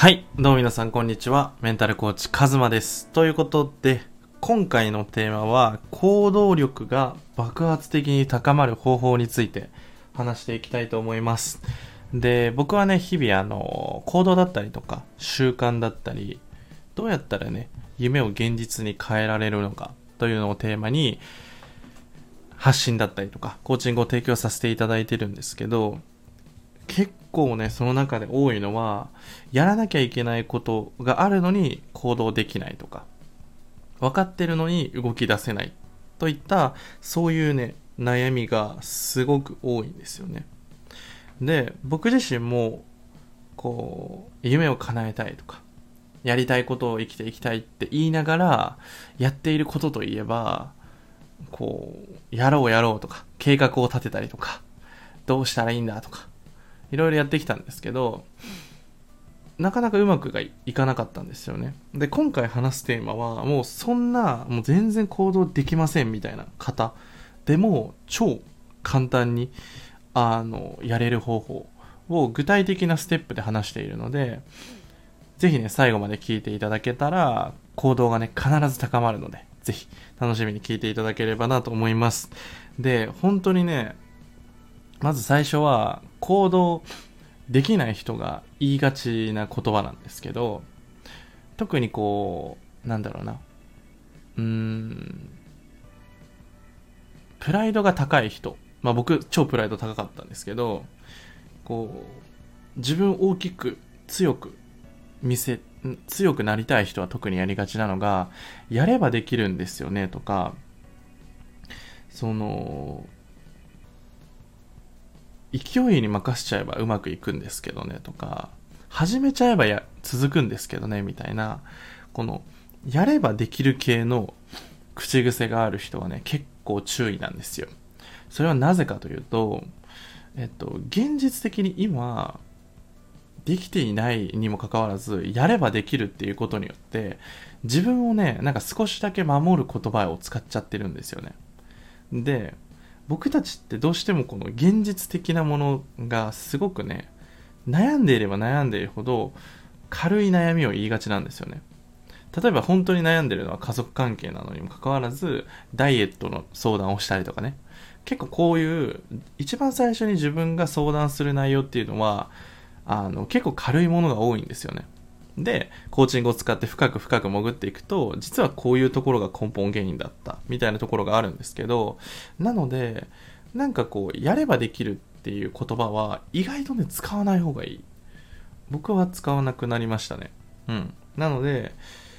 はい、どうも皆さんこんにちは。メンタルコーチカズマです。ということで、今回のテーマは行動力が爆発的に高まる方法について話していきたいと思います。で、僕はね、日々行動だったりとか習慣だったり、どうやったらね、夢を現実に変えられるのかというのをテーマに発信だったりとかコーチングを提供させていただいてるんですけど、結構ね、その中で多いのは、やらなきゃいけないことがあるのに行動できないとか、分かってるのに動き出せないといった、そういうね、悩みがすごく多いんですよね。で、僕自身も、夢を叶えたいとか、やりたいことを生きていきたいって言いながら、やっていることといえば、やろうやろうとか、計画を立てたりとか、どうしたらいいんだとか、いろいろやってきたんですけど、なかなかうまくいかなかったんですよね。で、今回話すテーマは、もう全然行動できませんみたいな方でも、超簡単に、やれる方法を具体的なステップで話しているので、ぜひね、最後まで聞いていただけたら、行動がね、必ず高まるので、ぜひ楽しみに聞いていただければなと思います。で、本当にね、まず最初は行動できない人が言いがちな言葉なんですけど、特になんだろうな、プライドが高い人、僕超プライド高かったんですけど、自分を大きく強く強くなりたい人は特にやりがちなのが、やればできるんですよねとか、勢いに任せちゃえばうまくいくんですけどねとか、始めちゃえば続くんですけどねみたいな、やればできる系の口癖がある人はね、結構注意なんですよ。それはなぜかというと、現実的に今できていないにもかかわらず、やればできるっていうことによって自分をね、なんか少しだけ守る言葉を使っちゃってるんですよね。で、僕たちってどうしてもこの現実的なものがすごくね、悩んでいれば悩んでいるほど軽い悩みを言いがちなんですよね。例えば本当に悩んでるのは家族関係なのにもかかわらず、ダイエットの相談をしたりとかね、結構こういう一番最初に自分が相談する内容っていうのは結構軽いものが多いんですよね。で、コーチングを使って深く深く潜っていくと、実はこういうところが根本原因だったみたいなところがあるんですけど、なので、なんかやればできるっていう言葉は意外とね、使わない方がいい。僕は使わなくなりましたね。なので、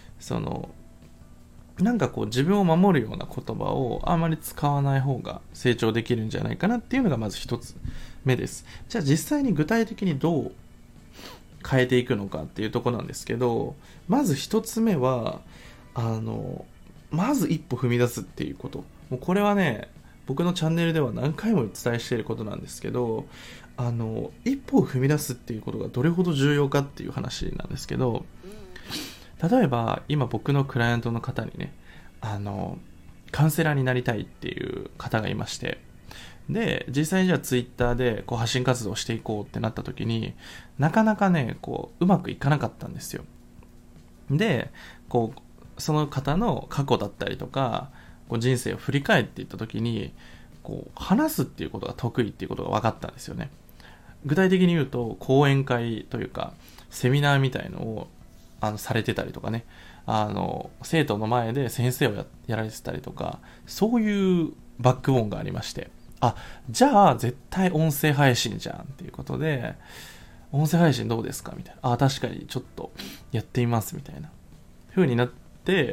なんか自分を守るような言葉をあまり使わない方が成長できるんじゃないかなっていうのがまず一つ目です。じゃあ実際に具体的にどう変えていくのかっていうところなんですけど、まず一つ目は、まず一歩踏み出すっていうこと。もうこれはね、僕のチャンネルでは何回もお伝えしていることなんですけど、一歩を踏み出すっていうことがどれほど重要かっていう話なんですけど、例えば今僕のクライアントの方にね、カウンセラーになりたいっていう方がいまして、で、実際にじゃあツイッターで発信活動をしていこうってなった時に、なかなかね、うまくいかなかったんですよ。で、その方の過去だったりとか、人生を振り返っていった時に、話すっていうことが得意っていうことが分かったんですよね。具体的に言うと、講演会というか、セミナーみたいのをされてたりとかね、生徒の前で先生をやられてたりとか、そういうバックボーンがありまして、じゃあ絶対音声配信じゃんっていうことで、音声配信どうですかみたいな、確かにちょっとやってみますみたいな風になって、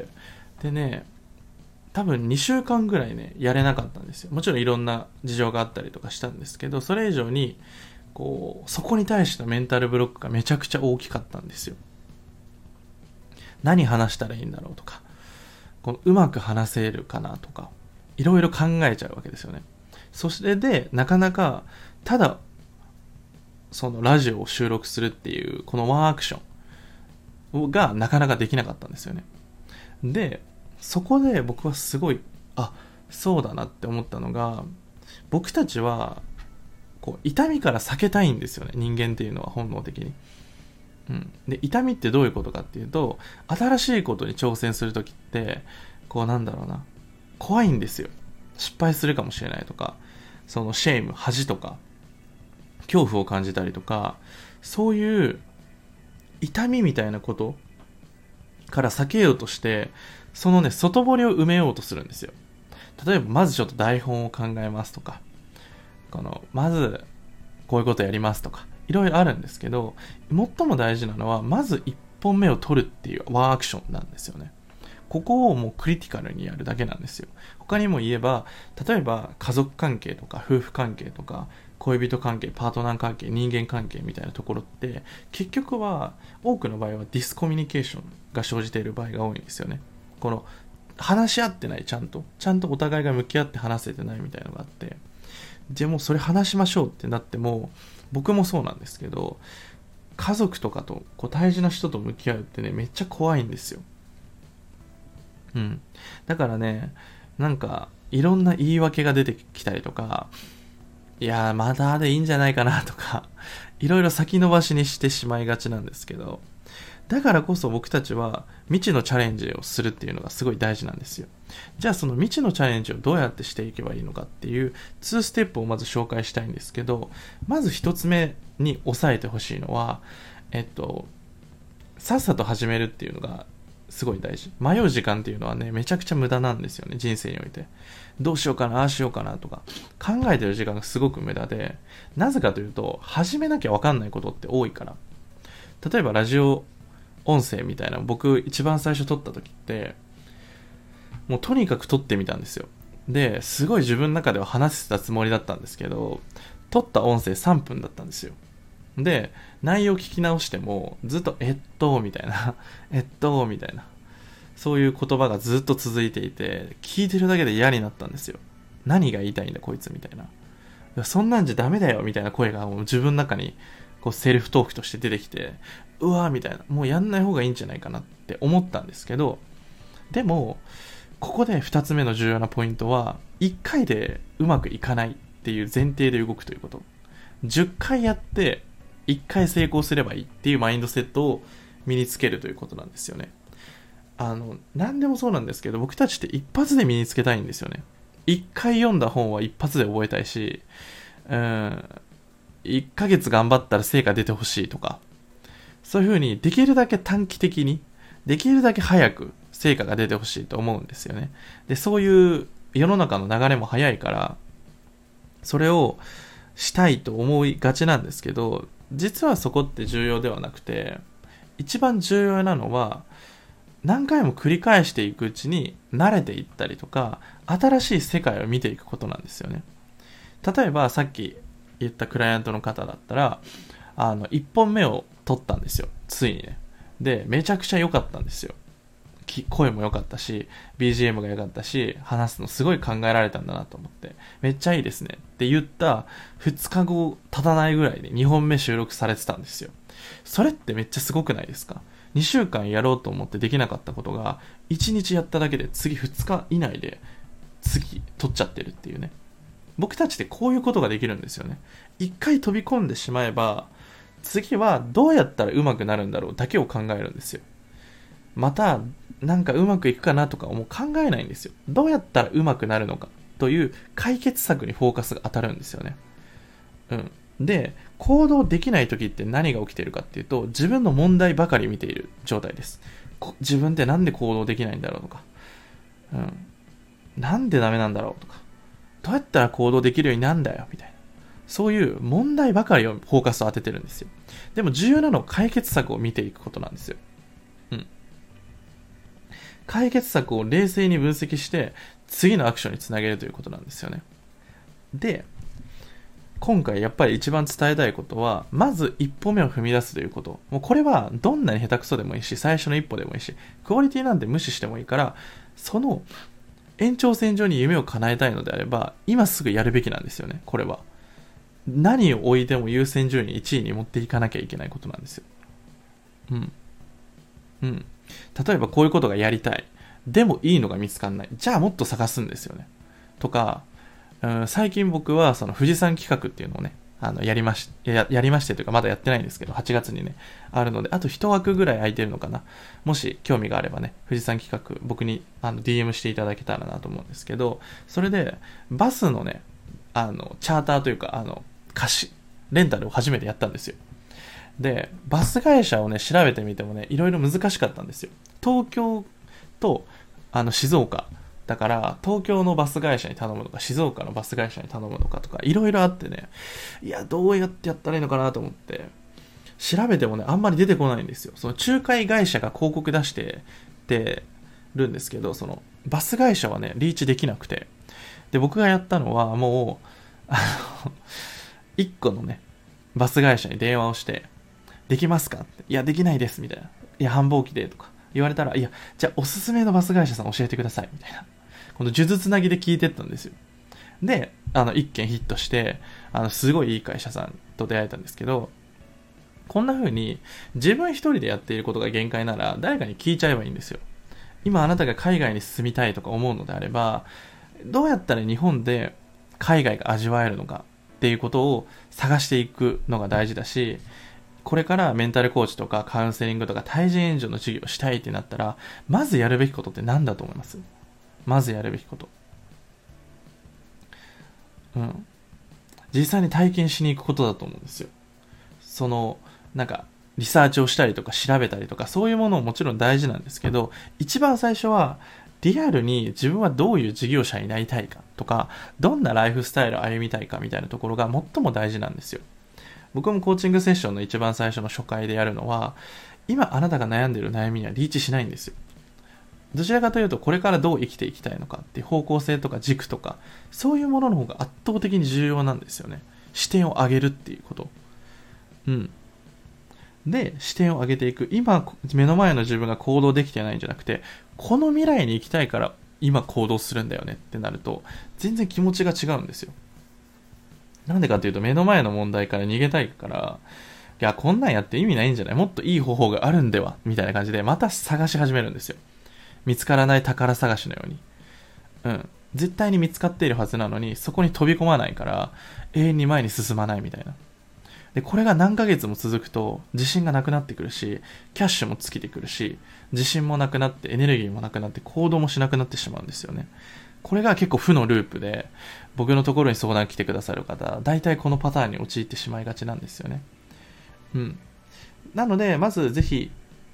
でね、多分2週間ぐらいね、やれなかったんですよ。もちろんいろんな事情があったりとかしたんですけど、それ以上にそこに対してのメンタルブロックがめちゃくちゃ大きかったんですよ。何話したらいいんだろうとか、うまく話せるかなとか、いろいろ考えちゃうわけですよね。そしてで、なかなかただそのラジオを収録するっていうこのワンアクションがなかなかできなかったんですよね。で、そこで僕はすごいそうだなって思ったのが、僕たちは痛みから避けたいんですよね、人間っていうのは本能的に。 で、痛みってどういうことかっていうと、新しいことに挑戦するときって、こうなんだろうな、怖いんですよ。失敗するかもしれないとか、そのシェイム、恥とか、恐怖を感じたりとか、そういう痛みみたいなことから避けようとして、そのね、外堀を埋めようとするんですよ。例えば、まずちょっと台本を考えますとか、まず、こういうことやりますとか、いろいろあるんですけど、最も大事なのは、まず一本目を取るっていうワンアクションなんですよね。ここをもうクリティカルにやるだけなんですよ。他にも言えば、例えば家族関係とか夫婦関係とか恋人関係、パートナー関係、人間関係みたいなところって、結局は多くの場合はディスコミュニケーションが生じている場合が多いんですよね。この話し合ってない、ちゃんとお互いが向き合って話せてないみたいなのがあって、でもそれ話しましょうってなっても、僕もそうなんですけど、家族とかと大事な人と向き合うってね、めっちゃ怖いんですよ。だからね、なんかいろんな言い訳が出てきたりとか、いやーまだでいいんじゃないかなとか、いろいろ先延ばしにしてしまいがちなんですけど、だからこそ僕たちは未知のチャレンジをするっていうのがすごい大事なんですよ。じゃあその未知のチャレンジをどうやってしていけばいいのかっていう2ステップをまず紹介したいんですけど、まず1つ目に押さえてほしいのは、さっさと始めるっていうのがすごい大事。迷う時間っていうのはね、めちゃくちゃ無駄なんですよね、人生において。どうしようかな、ああしようかなとか、考えてる時間がすごく無駄で、なぜかというと、始めなきゃわかんないことって多いから。例えばラジオ音声みたいな、僕一番最初撮った時って、もうとにかく撮ってみたんですよ。で、すごい自分の中では話してたつもりだったんですけど、撮った音声3分だったんですよ。で、内容聞き直してもずっとみたいなみたいな、そういう言葉がずっと続いていて、聞いてるだけで嫌になったんですよ。何が言いたいんだこいつみたいな、そんなんじゃダメだよみたいな声がもう自分の中にセルフトークとして出てきて、うわーみたいな、もうやんない方がいいんじゃないかなって思ったんですけど、でもここで2つ目の重要なポイントは、1回でうまくいかないっていう前提で動くということ。10回やって1回成功すればいいっていうマインドセットを身につけるということなんですよね。何でもそうなんですけど、僕たちって一発で身につけたいんですよね。1回読んだ本は一発で覚えたいし、1ヶ月頑張ったら成果出てほしいとか、そういう風にできるだけ短期的に、できるだけ早く成果が出てほしいと思うんですよね。で、そういう世の中の流れも早いから、それをしたいと思いがちなんですけど、実はそこって重要ではなくて、一番重要なのは、何回も繰り返していくうちに慣れていったりとか、新しい世界を見ていくことなんですよね。例えばさっき言ったクライアントの方だったら、1本目を取ったんですよ、ついにね。で、めちゃくちゃ良かったんですよ。声も良かったし、BGM が良かったし、話すのすごい考えられたんだなと思って、めっちゃいいですねって言った2日後経たないぐらいで2本目収録されてたんですよ。それってめっちゃすごくないですか？2週間やろうと思ってできなかったことが、1日やっただけで次2日以内で次取っちゃってるっていうね。僕たちってこういうことができるんですよね。一回飛び込んでしまえば、次はどうやったら上手くなるんだろうだけを考えるんですよ。またなんかうまくいくかなとかもう考えないんですよ。どうやったら上手くなるのかという解決策にフォーカスが当たるんですよね。で、行動できない時って何が起きているかっていうと、自分の問題ばかり見ている状態です。自分ってなんで行動できないんだろうとか、なんでダメなんだろうとか、どうやったら行動できるようになんだよみたいな、そういう問題ばかりをフォーカスを当ててるんですよ。でも重要なのは解決策を見ていくことなんですよ。解決策を冷静に分析して次のアクションにつなげるということなんですよね。で、今回やっぱり一番伝えたいことは、まず一歩目を踏み出すということ。もうこれはどんなに下手くそでもいいし、最初の一歩でもいいし、クオリティなんて無視してもいいから、その延長線上に夢を叶えたいのであれば、今すぐやるべきなんですよね。これは何を置いても優先順位1位に持っていかなきゃいけないことなんですよ。例えばこういうことがやりたい。でもいいのが見つかんない。じゃあもっと探すんですよね。とか、最近僕はその富士山企画っていうのをね、 やりましてというか、まだやってないんですけど、8月にね、あるので、あと1枠ぐらい空いてるのかな。もし興味があればね、富士山企画、僕にDM していただけたらなと思うんですけど、それで、バスのね、チャーターというか、レンタルを初めてやったんですよ。で、バス会社をね、調べてみてもね、いろいろ難しかったんですよ。東京と、静岡。だから、東京のバス会社に頼むのか、静岡のバス会社に頼むのかとか、いろいろあってね、いや、どうやってやったらいいのかなと思って、調べてもね、あんまり出てこないんですよ。その仲介会社が広告出しててるんですけど、その、バス会社はね、リーチできなくて。で、僕がやったのは、もう、一個のね、バス会社に電話をして、できますかって。いや、できないです、みたいな。いや、繁忙期で、とか言われたら、いや、じゃあおすすめのバス会社さん教えてください、みたいな。この数珠つなぎで聞いてったんですよ。で、一件ヒットして、すごいいい会社さんと出会えたんですけど、こんな風に自分一人でやっていることが限界なら誰かに聞いちゃえばいいんですよ。今あなたが海外に進みたいとか思うのであれば、どうやったら日本で海外が味わえるのかっていうことを探していくのが大事だし、これからメンタルコーチとかカウンセリングとか対人援助の授業をしたいってなったら、まずやるべきことって何だと思います？まずやるべきこと。実際に体験しに行くことだと思うんですよ。なんか、リサーチをしたりとか調べたりとか、そういうものももちろん大事なんですけど、一番最初は、リアルに自分はどういう事業者になりたいかとか、どんなライフスタイルを歩みたいかみたいなところが最も大事なんですよ。僕もコーチングセッションの一番最初の初回でやるのは、今あなたが悩んでいる悩みにはリーチしないんですよ。どちらかというと、これからどう生きていきたいのかっていう方向性とか軸とか、そういうものの方が圧倒的に重要なんですよね。視点を上げるっていうこと。で、視点を上げていく。今、目の前の自分が行動できてないんじゃなくて、この未来に行きたいから今行動するんだよねってなると、全然気持ちが違うんですよ。なんでかっていうと、目の前の問題から逃げたいから、いや、こんなんやって意味ないんじゃない？もっといい方法があるんではみたいな感じで、また探し始めるんですよ。見つからない宝探しのように。絶対に見つかっているはずなのに、そこに飛び込まないから、永遠に前に進まないみたいな。で、これが何ヶ月も続くと、自信がなくなってくるし、キャッシュも尽きてくるし、自信もなくなって、エネルギーもなくなって、行動もしなくなってしまうんですよね。これが結構負のループで、僕のところに相談来てくださる方、大体このパターンに陥ってしまいがちなんですよね。なので、まずぜひ、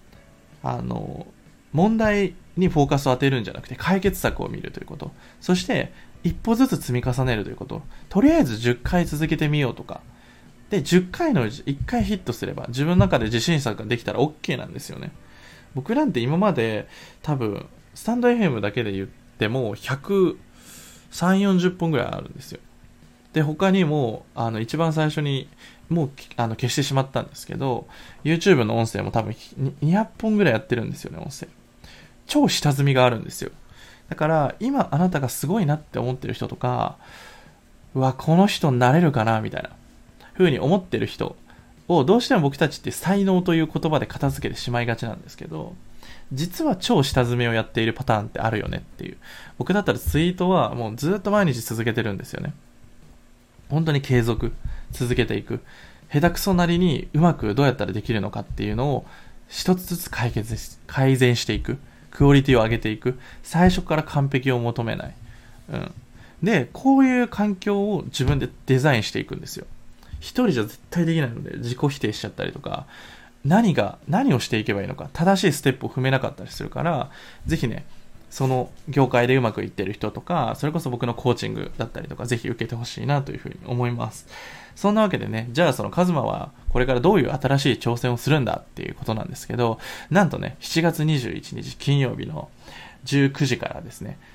問題にフォーカスを当てるんじゃなくて、解決策を見るということ。そして、一歩ずつ積み重ねるということ。とりあえず10回続けてみようとか。で、10回のうち1回ヒットすれば、自分の中で自信作ができたら OK なんですよね。僕なんて今まで多分、スタンド FM だけで言っても、130、40本ぐらいあるんですよ。で、他にも、一番最初に、もう、消してしまったんですけど、YouTube の音声も多分200本ぐらいやってるんですよね、音声。超下積みがあるんですよ。だから、今あなたがすごいなって思ってる人とか、うわ、この人になれるかな、みたいな、風に思ってる人を、どうしても僕たちって才能という言葉で片付けてしまいがちなんですけど、実は超下積みをやっているパターンってあるよねっていう。僕だったらツイートはもうずっと毎日続けてるんですよね。本当に継続続けていく。下手くそなりにうまくどうやったらできるのかっていうのを一つずつ改善していく。クオリティを上げていく。最初から完璧を求めない。で、こういう環境を自分でデザインしていくんですよ。一人じゃ絶対できないので自己否定しちゃったりとか、何をしていけばいいのか、正しいステップを踏めなかったりするから、ぜひね、その業界でうまくいってる人とか、それこそ僕のコーチングだったりとか、ぜひ受けてほしいなというふうに思います。そんなわけでね、じゃあそのカズマはこれからどういう新しい挑戦をするんだっていうことなんですけど、なんとね、7月21日金曜日の19時からですね、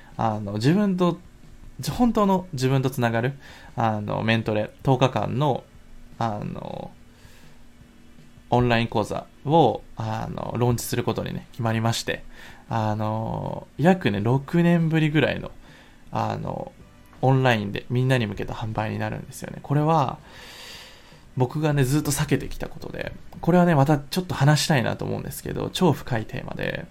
本当の自分とつながる、メントレ10日間の、オンライン講座を、ローンチすることにね、決まりまして、約ね、6年ぶりぐらいの、オンラインでみんなに向けた販売になるんですよね。これは、僕がね、ずっと避けてきたことで、これはね、またちょっと話したいなと思うんですけど、超深いテーマで、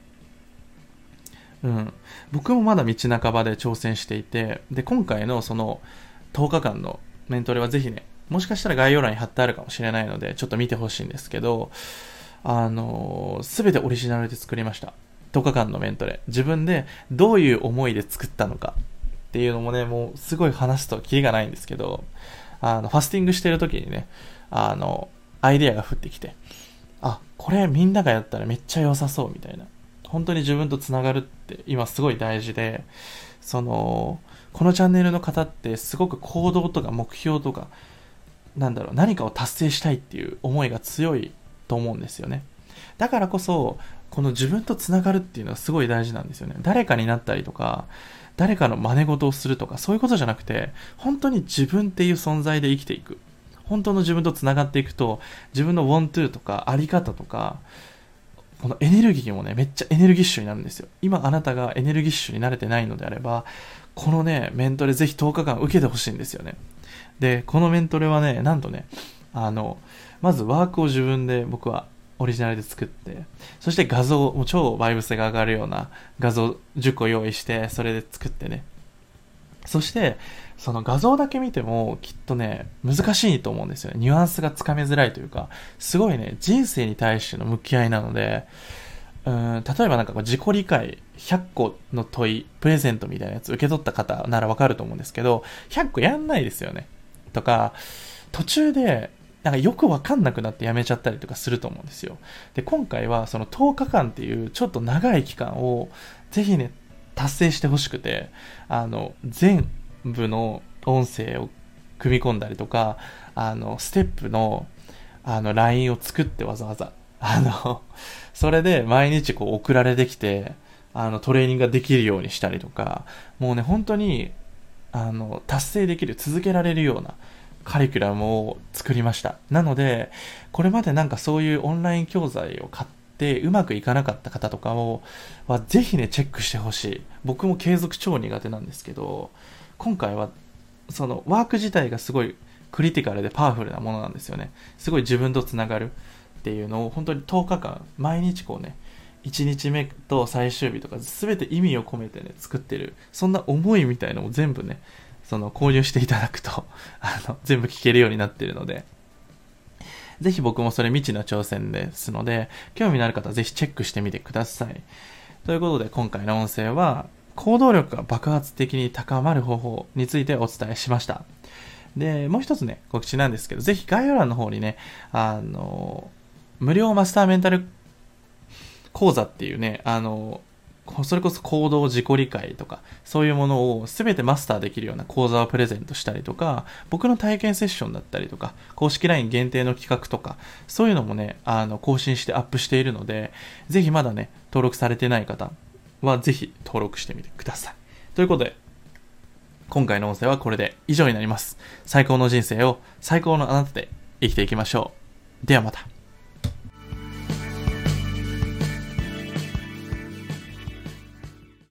僕もまだ道半ばで挑戦していて、で、今回のその10日間のメントレはぜひね、 もしかしたら概要欄に貼ってあるかもしれないので、ちょっと見てほしいんですけど、すべてオリジナルで作りました。10日間のメントレ。自分でどういう思いで作ったのかっていうのもね、もうすごい話すとキリがないんですけど、ファスティングしてる時にね、アイデアが降ってきて、これみんながやったらめっちゃ良さそうみたいな。本当に自分とつながるって今すごい大事で、このチャンネルの方ってすごく行動とか目標とか、何かを達成したいっていう思いが強いと思うんですよね。だからこそ、この自分とつながるっていうのはすごい大事なんですよね。誰かになったりとか、誰かの真似事をするとか、そういうことじゃなくて、本当に自分っていう存在で生きていく。本当の自分とつながっていくと、自分の want to とか、あり方とか、このエネルギーもね、めっちゃエネルギッシュになるんですよ。今あなたがエネルギッシュになれてないのであれば、このね、メントレぜひ10日間受けてほしいんですよね。で、このメントレはね、なんとね、まずワークを自分で僕はオリジナルで作って、そして画像、もう超バイブスが上がるような画像10個用意して、それで作ってね。そして、その画像だけ見てもきっとね、難しいと思うんですよね。ニュアンスがつかめづらいというか、すごいね、人生に対しての向き合いなので、例えば自己理解100個の問い、プレゼントみたいなやつ受け取った方ならわかると思うんですけど、100個やんないですよね。とか、途中で、よくわかんなくなってやめちゃったりとかすると思うんですよ。で、今回はその10日間っていうちょっと長い期間をぜひね、達成してほしくて、全部の音声を組み込んだりとか、ステップの、ラインを作ってわざわざ、それで毎日送られてきて、トレーニングができるようにしたりとか、もうね、本当に、達成できる、続けられるような、カリキュラムを作りました。なので、これまでそういうオンライン教材を買ってうまくいかなかった方とかはぜひね、チェックしてほしい。僕も継続超苦手なんですけど、今回はそのワーク自体がすごいクリティカルでパワフルなものなんですよね。すごい自分とつながるっていうのを本当に10日間、毎日1日目と最終日とか全て意味を込めてね、作ってる。そんな思いみたいのを全部ね、購入していただくと全部聞けるようになっているので、ぜひ僕もそれ未知の挑戦ですので、興味のある方はぜひチェックしてみてください。ということで今回の音声は、行動力が爆発的に高まる方法についてお伝えしました。で、もう一つね、告知なんですけど、ぜひ概要欄の方にね、無料マスターメンタル講座っていうね、それこそ行動自己理解とか、そういうものを全てマスターできるような講座をプレゼントしたりとか、僕の体験セッションだったりとか、公式 LINE 限定の企画とか、そういうのもね、更新してアップしているので、ぜひまだね、登録されてない方はぜひ登録してみてください。ということで、今回の音声はこれで以上になります。最高の人生を最高のあなたで生きていきましょう。ではまた。